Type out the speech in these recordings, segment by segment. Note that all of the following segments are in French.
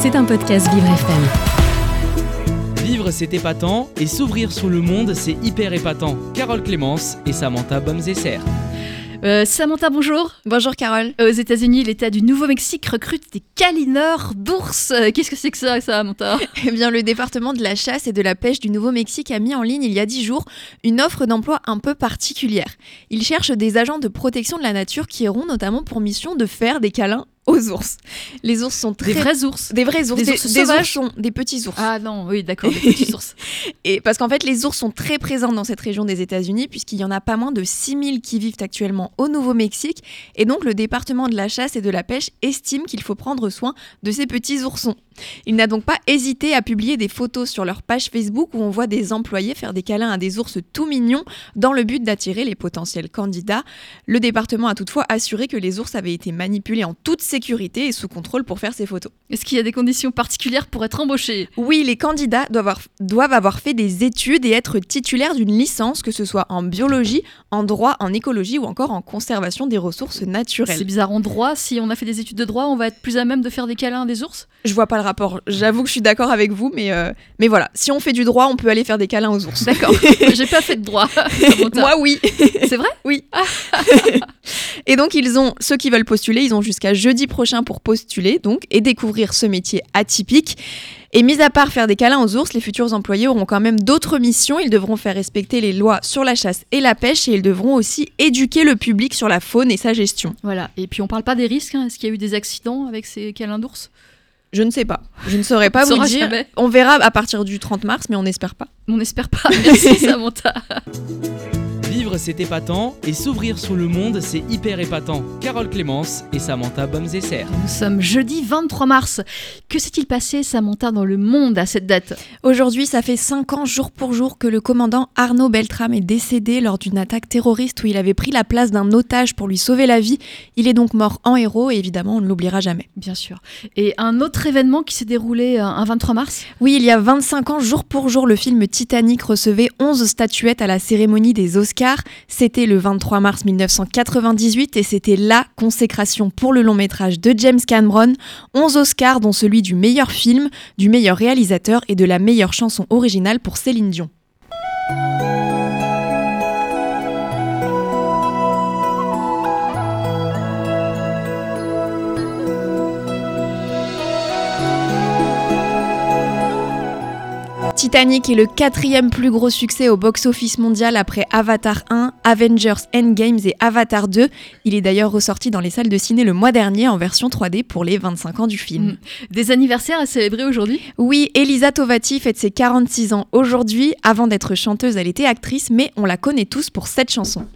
C'est un podcast Vivre FM. Vivre, c'est épatant, et s'ouvrir sur le monde, c'est hyper épatant. Carole Clémence et Samantha Bomzesser. Samantha, bonjour. Bonjour Carole. Aux États-Unis, l'État du Nouveau-Mexique recrute des câlineurs d'ours. Qu'est-ce que c'est que ça, Samantha ? Eh bien, le département de la chasse et de la pêche du Nouveau-Mexique a mis en ligne il y a 10 jours une offre d'emploi un peu particulière. Il cherche des agents de protection de la nature qui auront notamment pour mission de faire des câlins aux ours. Les ours sont très... Des vrais ours ? Des vrais ours. Des ours sauvages ? Des petits ours. Ah non, oui, d'accord, des petits ours. Et parce qu'en fait, les ours sont très présents dans cette région des États-Unis, puisqu'il y en a pas moins de 6000 qui vivent actuellement au Nouveau-Mexique. Et donc, le département de la chasse et de la pêche estime qu'il faut prendre soin de ces petits oursons. Il n'a donc pas hésité à publier des photos sur leur page Facebook où on voit des employés faire des câlins à des ours tout mignons dans le but d'attirer les potentiels candidats. Le département a toutefois assuré que les ours avaient été manipulés en toute sécurité et sous contrôle pour faire ces photos. Est-ce qu'il y a des conditions particulières pour être embauché ? Oui, les candidats doivent avoir fait des études et être titulaires d'une licence, que ce soit en biologie, en droit, en écologie ou encore en conservation des ressources naturelles. C'est bizarre, en droit, si on a fait des études de droit, on va être plus à même de faire des câlins à des ours ? Je vois pas le rapport. J'avoue que je suis d'accord avec vous, mais voilà. Si on fait du droit, on peut aller faire des câlins aux ours. D'accord. J'ai pas fait de droit. Moi, oui. C'est vrai ? Oui. Et donc, ceux qui veulent postuler, ils ont jusqu'à jeudi prochain pour postuler donc, et découvrir ce métier atypique. Et mis à part faire des câlins aux ours, les futurs employés auront quand même d'autres missions. Ils devront faire respecter les lois sur la chasse et la pêche et ils devront aussi éduquer le public sur la faune et sa gestion. Voilà. Et puis, on parle pas des risques. Est-ce qu'il y a eu des accidents avec ces câlins d'ours ? Je ne sais pas. Je ne saurais pas vous dire. Jamais. On verra à partir du 30 mars, mais on n'espère pas. On n'espère pas. Merci Samantha. Vivre, c'est épatant, et s'ouvrir sur le monde, c'est hyper épatant. Carole Clémence et Samantha Bomzesser. Nous sommes jeudi 23 mars. Que s'est-il passé, Samantha, dans le monde à cette date ? Aujourd'hui, ça fait 5 ans jour pour jour que le commandant Arnaud Beltrame est décédé lors d'une attaque terroriste où il avait pris la place d'un otage pour lui sauver la vie. Il est donc mort en héros et évidemment, on ne l'oubliera jamais. Bien sûr. Et un autre événement qui s'est déroulé un 23 mars ? Oui, il y a 25 ans, jour pour jour, le film Titanic recevait 11 statuettes à la cérémonie des Oscars. C'était le 23 mars 1998 et c'était la consécration pour le long métrage de James Cameron. 11 Oscars dont celui du meilleur film, du meilleur réalisateur et de la meilleure chanson originale pour Céline Dion. Titanic est le 4e plus gros succès au box-office mondial après Avatar 1, Avengers Endgame et Avatar 2. Il est d'ailleurs ressorti dans les salles de ciné le mois dernier en version 3D pour les 25 ans du film. Des anniversaires à célébrer aujourd'hui ? Oui, Elisa Tovati fête ses 46 ans aujourd'hui. Avant d'être chanteuse, elle était actrice, mais on la connaît tous pour cette chanson.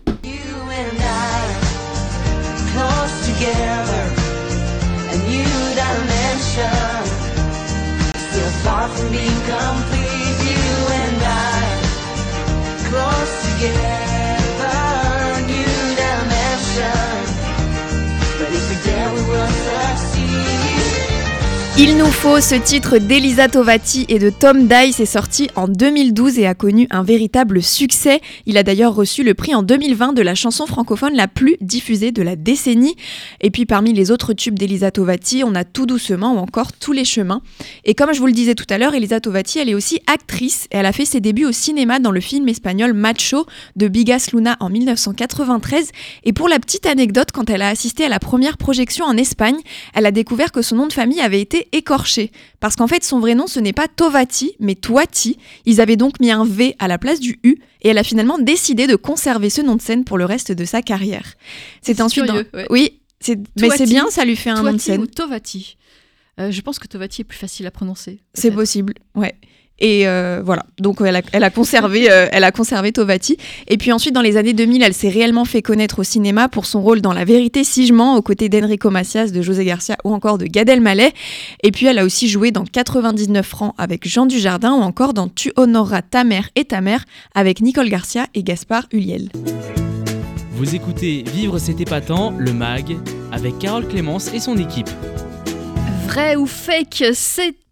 Far from being complete, you and I, close together, new dimension, but if we dare we will succeed. Il nous faut, ce titre d'Elisa Tovati et de Tom Dice est sorti en 2012 et a connu un véritable succès. Il a d'ailleurs reçu le prix en 2020 de la chanson francophone la plus diffusée de la décennie. Et puis parmi les autres tubes d'Elisa Tovati, on a Tout doucement ou encore Tous les chemins. Et comme je vous le disais tout à l'heure, Elisa Tovati, elle est aussi actrice et elle a fait ses débuts au cinéma dans le film espagnol Macho de Bigas Luna en 1993. Et pour la petite anecdote, quand elle a assisté à la première projection en Espagne, elle a découvert que son nom de famille avait été écorché. Parce qu'en fait, son vrai nom, ce n'est pas Tovati, mais Touati. Ils avaient donc mis un V à la place du U et elle a finalement décidé de conserver ce nom de scène pour le reste de sa carrière. C'est ensuite curieux, ouais. Oui, mais c'est bien, ça lui fait un Touati nom de scène. ou Tovati. Je pense que Tovati est plus facile à prononcer. Peut-être. C'est possible, ouais. Et voilà, donc elle a conservé Tovati. Et puis ensuite, dans les années 2000, elle s'est réellement fait connaître au cinéma pour son rôle dans La vérité si je mens, aux côtés d'Enrico Macias, de José Garcia ou encore de Gad Elmaleh. Et puis elle a aussi joué dans 99 francs avec Jean Dujardin ou encore dans Tu honoreras ta mère et ta mère avec Nicole Garcia et Gaspard Ulliel. Vous écoutez Vivre, c'est épatant, le MAG, avec Carole Clémence et son équipe. Vrai ou fake, c'est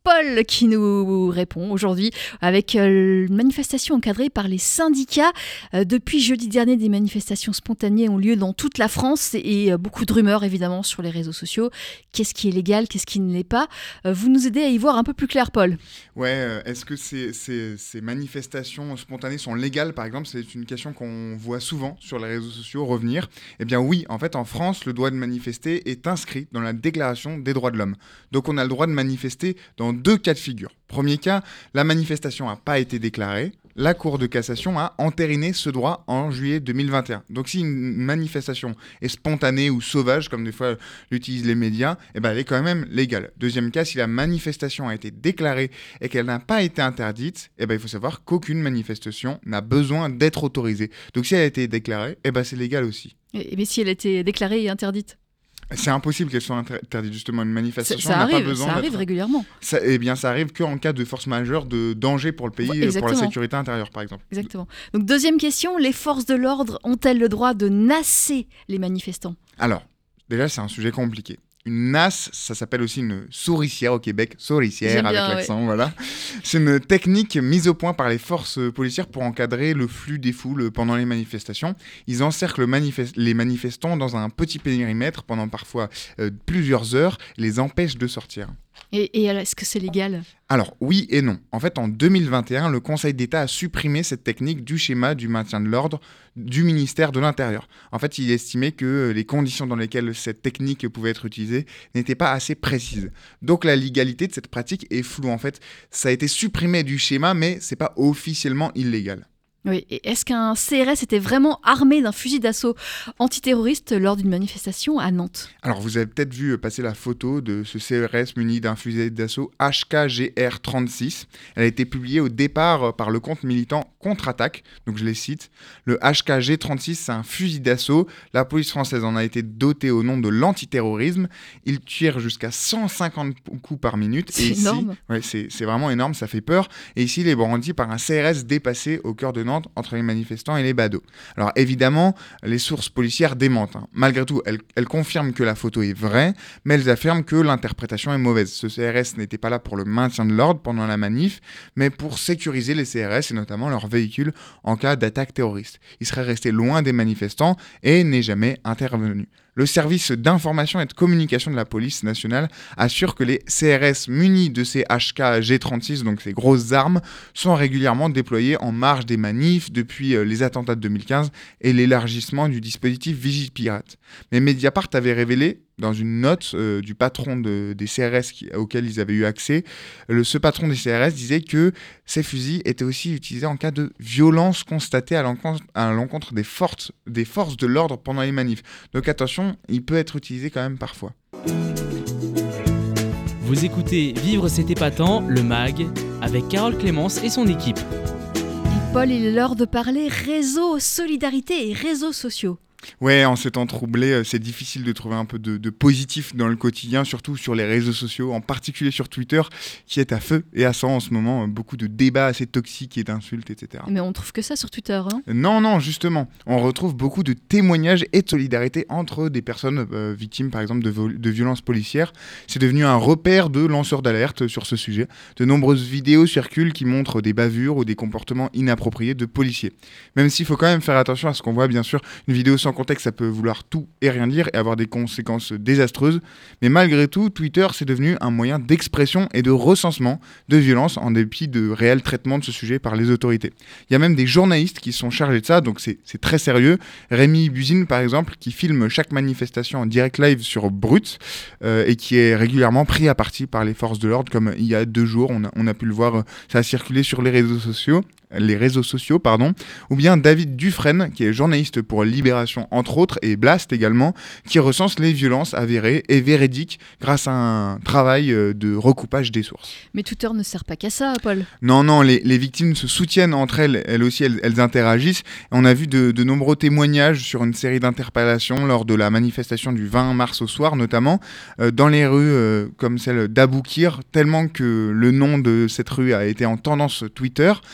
Paul qui nous répond aujourd'hui avec une manifestation encadrée par les syndicats. Depuis jeudi dernier, des manifestations spontanées ont lieu dans toute la France et beaucoup de rumeurs évidemment sur les réseaux sociaux. Qu'est-ce qui est légal, qu'est-ce qui ne l'est pas? Vous nous aidez à y voir un peu plus clair, Paul. Ouais, est-ce que ces manifestations spontanées sont légales, par exemple? C'est une question qu'on voit souvent sur les réseaux sociaux revenir. Eh bien oui, en fait, en France, le droit de manifester est inscrit dans la Déclaration des droits de l'homme. Donc on a le droit de manifester dans 2 cas de figure. Premier cas, la manifestation n'a pas été déclarée. La Cour de cassation a entériné ce droit en juillet 2021. Donc si une manifestation est spontanée ou sauvage, comme des fois l'utilisent les médias, eh ben elle est quand même légale. Deuxième cas, si la manifestation a été déclarée et qu'elle n'a pas été interdite, eh ben il faut savoir qu'aucune manifestation n'a besoin d'être autorisée. Donc si elle a été déclarée, eh ben c'est légal aussi. Mais si elle a été déclarée et interdite? C'est impossible qu'elle soit interdite, justement. Une manifestation Ça n'a arrive, pas besoin ça arrive régulièrement. Ça arrive qu'en cas de force majeure, de danger pour le pays, pour la sécurité intérieure, par exemple. Exactement. Donc, deuxième question, les forces de l'ordre ont-elles le droit de nasser les manifestants? Alors, déjà, c'est un sujet compliqué. Une nasse, ça s'appelle aussi une souricière au Québec, souricière avec l'accent, voilà. C'est une technique mise au point par les forces policières pour encadrer le flux des foules pendant les manifestations. Ils encerclent les manifestants dans un petit périmètre pendant parfois plusieurs heures, les empêchent de sortir. Et est-ce que c'est légal? Alors, oui et non. En fait, en 2021, le Conseil d'État a supprimé cette technique du schéma du maintien de l'ordre du ministère de l'Intérieur. En fait, il estimait que les conditions dans lesquelles cette technique pouvait être utilisée n'étaient pas assez précises. Donc, la légalité de cette pratique est floue. En fait, ça a été supprimé du schéma, mais c'est pas officiellement illégal. Oui, et est-ce qu'un CRS était vraiment armé d'un fusil d'assaut antiterroriste lors d'une manifestation à Nantes? Alors, vous avez peut-être vu passer la photo de ce CRS muni d'un fusil d'assaut HKGR-36. Elle a été publiée au départ par le compte militant Contre-Attaque, donc je les cite. Le HKG-36, c'est un fusil d'assaut. La police française en a été dotée au nom de l'antiterrorisme. Il tire jusqu'à 150 coups par minute. C'est énorme. Ouais, c'est vraiment énorme, ça fait peur. Et ici, il est brandi par un CRS dépassé au cœur de Nantes, entre les manifestants et les badauds. Alors évidemment, les sources policières démentent. Malgré tout, elles confirment que la photo est vraie, mais elles affirment que l'interprétation est mauvaise. Ce CRS n'était pas là pour le maintien de l'ordre pendant la manif, mais pour sécuriser les CRS et notamment leurs véhicules en cas d'attaque terroriste. Il serait resté loin des manifestants et n'est jamais intervenu. Le service d'information et de communication de la police nationale assure que les CRS munis de ces HK-G36, donc ces grosses armes, sont régulièrement déployés en marge des manifs depuis les attentats de 2015 et l'élargissement du dispositif Vigipirate. Mais Mediapart avait révélé, dans une note du patron des CRS auquel ils avaient eu accès, ce patron des CRS disait que ces fusils étaient aussi utilisés en cas de violence constatée à l'encontre des forces de l'ordre pendant les manifs. Donc attention, il peut être utilisé quand même parfois. Vous écoutez Vivre c'est épatant, le MAG, avec Carole Clémence et son équipe. Et Paul, il est l'heure de parler réseau, solidarité et réseaux sociaux. Ouais, en ces temps troublés, c'est difficile de trouver un peu de positif dans le quotidien, surtout sur les réseaux sociaux, en particulier sur Twitter, qui est à feu et à sang en ce moment. Beaucoup de débats assez toxiques et d'insultes, etc. Mais on trouve que ça sur Twitter, hein? Non, justement. On retrouve beaucoup de témoignages et de solidarité entre des personnes victimes, par exemple, de violences policières. C'est devenu un repère de lanceurs d'alerte sur ce sujet. De nombreuses vidéos circulent qui montrent des bavures ou des comportements inappropriés de policiers. Même s'il faut quand même faire attention à ce qu'on voit, bien sûr, une vidéo sans contexte, ça peut vouloir tout et rien dire et avoir des conséquences désastreuses. Mais malgré tout, Twitter, c'est devenu un moyen d'expression et de recensement de violences en dépit de réels traitements de ce sujet par les autorités. Il y a même des journalistes qui sont chargés de ça, donc c'est très sérieux. Rémi Buzine, par exemple, qui filme chaque manifestation en direct live sur Brut et qui est régulièrement pris à partie par les forces de l'ordre, comme il y a 2 jours, on a pu le voir, ça a circulé sur les réseaux sociaux, ou bien David Dufresne, qui est journaliste pour Libération entre autres, et Blast également, qui recense les violences avérées et véridiques grâce à un travail de recoupage des sources. Mais Twitter ne sert pas qu'à ça, Paul. Non, les victimes se soutiennent entre elles aussi, elles interagissent. On a vu de nombreux témoignages sur une série d'interpellations lors de la manifestation du 20 mars au soir, notamment dans les rues comme celle d'Aboukir, tellement que le nom de cette rue a été en tendance Twitter. On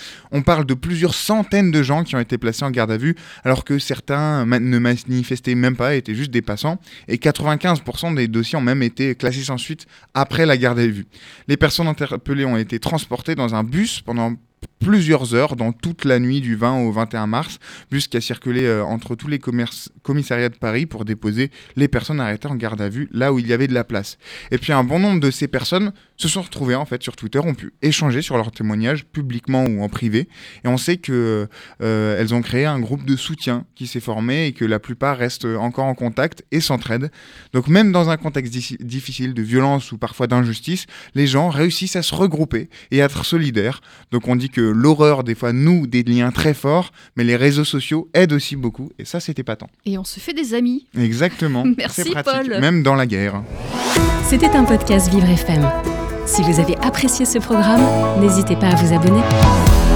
On parle de plusieurs centaines de gens qui ont été placés en garde à vue, alors que certains ne manifestaient même pas, étaient juste des passants, et 95% des dossiers ont même été classés sans suite après la garde à vue. Les personnes interpellées ont été transportées dans un bus pendant plusieurs heures dans toute la nuit du 20 au 21 mars, bus qui a circulé entre tous les commissariats de Paris pour déposer les personnes arrêtées en garde à vue là où il y avait de la place. Et puis un bon nombre de ces personnes se sont retrouvées en fait sur Twitter, ont pu échanger sur leurs témoignages publiquement ou en privé, et on sait que elles ont créé un groupe de soutien qui s'est formé et que la plupart restent encore en contact et s'entraident. Donc même dans un contexte difficile de violence ou parfois d'injustice, les gens réussissent à se regrouper et à être solidaires. Donc on dit que l'horreur des fois noue des liens très forts, mais les réseaux sociaux aident aussi beaucoup, et ça c'est épatant. Et on se fait des amis. Exactement. Merci c'est pratique, Paul. même dans la guerre. C'était un podcast Vivre FM. Si vous avez apprécié ce programme, n'hésitez pas à vous abonner.